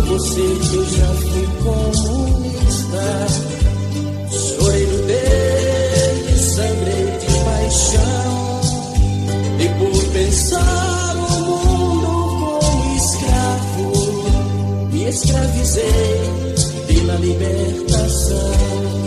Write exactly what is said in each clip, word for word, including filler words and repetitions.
você que eu já fui comunista. Chorei no dele, sangrei de paixão. E por pensar o mundo como escravo, me escravizei pela libertação.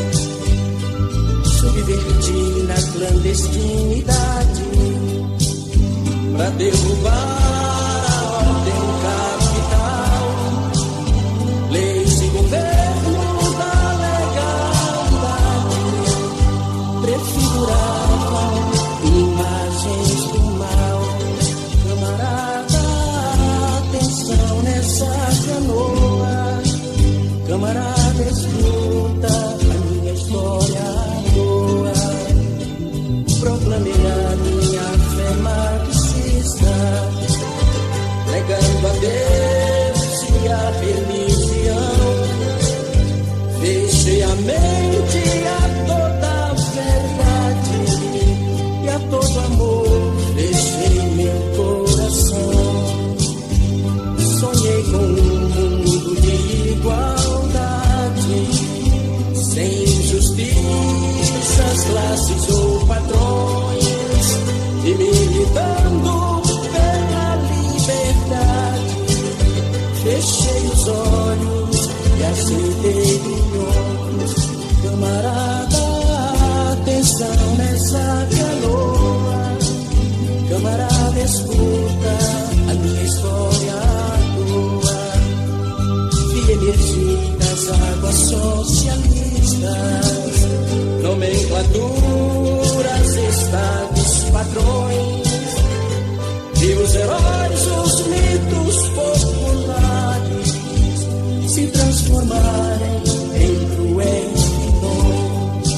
Subverti na clandestinidade pra derrubar a ordem capital. Leis e governo da legalidade prefiguravam imagens do mal. Camarada, atenção nessa canoa. Camarada, escuta a minha história boa. Proclamei a minha fé marxista, negando a Deus e a religião. Fechei a mente a toda a verdade e a todo amor fechei meu coração. Sonhei com um mundo de igualdade, sem injustiças, classes ou patrões, e militando pela liberdade. Fechei os olhos e aceitei milhões. Camarada, atenção nessa canoa. Camarada, escuta a minha história boa. Vi emergir das águas socialistas, nomenclaturas, estados, patrões, e os heróis, os mitos populares se transformarem em cruéis vilões.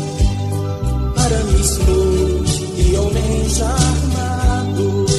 Aramismos e homens armados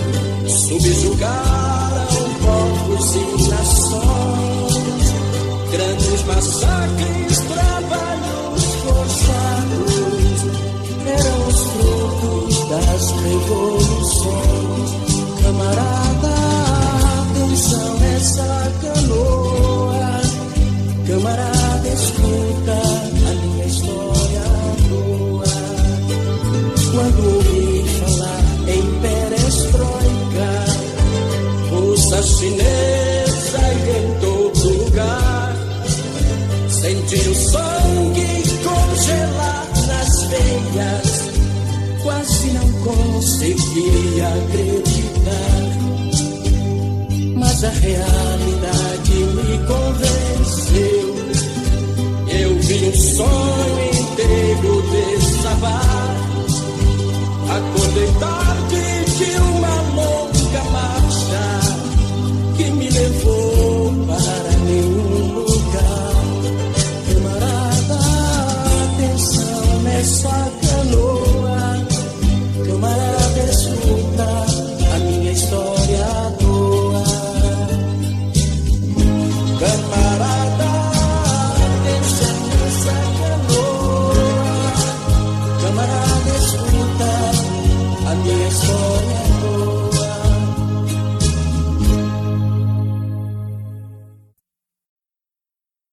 subjugaram povos e nações. Grandes massacres, trabalhos forçados eram os frutos das revoluções. Camarada, atenção nessa canoa. Camarada, escuta a minha história boa. Quando ouvi falar em perestroika, russa, chinesa e em todo lugar, senti o sangue congelar nas veias, quase não conseguia acreditar. Mas a realidade me convenceu. Eu vi um sonho inteiro desabar. Acordei tarde de uma longa marcha que me levou para nenhum lugar. Camarada, atenção nessa canoa. Camarada, escuta a minha história boa. Camarada,